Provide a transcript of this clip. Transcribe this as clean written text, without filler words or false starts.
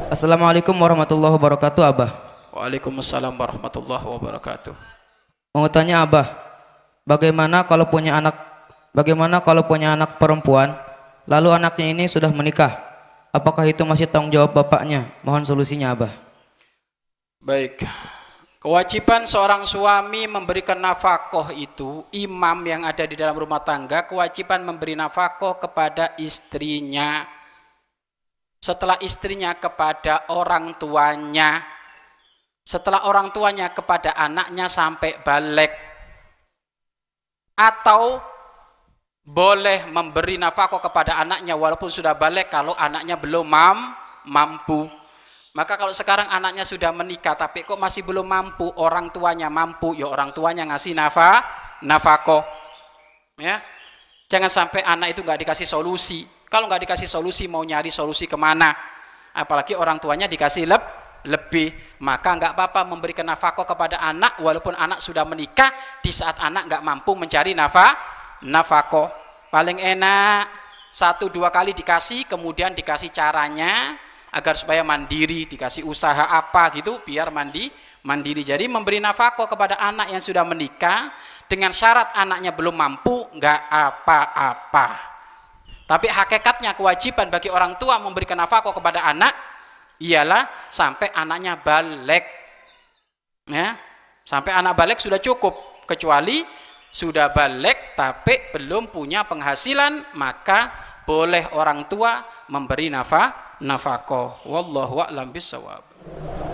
Assalamualaikum warahmatullahi wabarakatuh, Abah. Waalaikumsalam warahmatullahi wabarakatuh. Mau tanya Abah, bagaimana kalau punya anak perempuan, lalu anaknya ini sudah menikah? Apakah itu masih tanggung jawab bapaknya? Mohon solusinya, Abah. Baik. Kewajiban seorang suami memberikan nafkah itu, imam yang ada di dalam rumah tangga kewajiban memberi nafkah kepada istrinya. Setelah istrinya kepada orang tuanya, setelah orang tuanya kepada anaknya sampai balik, atau boleh memberi nafkah kepada anaknya walaupun sudah balik kalau anaknya belum mampu. Maka kalau sekarang anaknya sudah menikah tapi kok masih belum mampu, orang tuanya mampu, ya orang tuanya ngasih nafkah. Ya. Jangan sampai anak itu nggak dikasih solusi. Kalau nggak dikasih solusi mau nyari solusi kemana? Apalagi orang tuanya dikasih lebih, maka nggak apa-apa memberikan nafkah kepada anak walaupun anak sudah menikah di saat anak nggak mampu mencari nafkah. Paling enak 1-2 kali dikasih, kemudian dikasih caranya agar supaya mandiri, dikasih usaha apa gitu biar mandiri. Jadi memberi nafkah kepada anak yang sudah menikah dengan syarat anaknya belum mampu nggak apa-apa. Tapi hakikatnya kewajiban bagi orang tua memberikan nafkah kepada anak ialah sampai anaknya balik. Ya, sampai anak balik sudah cukup. Kecuali sudah balik tapi belum punya penghasilan, maka boleh orang tua memberi nafkah. Wallahu a'lam bishawab.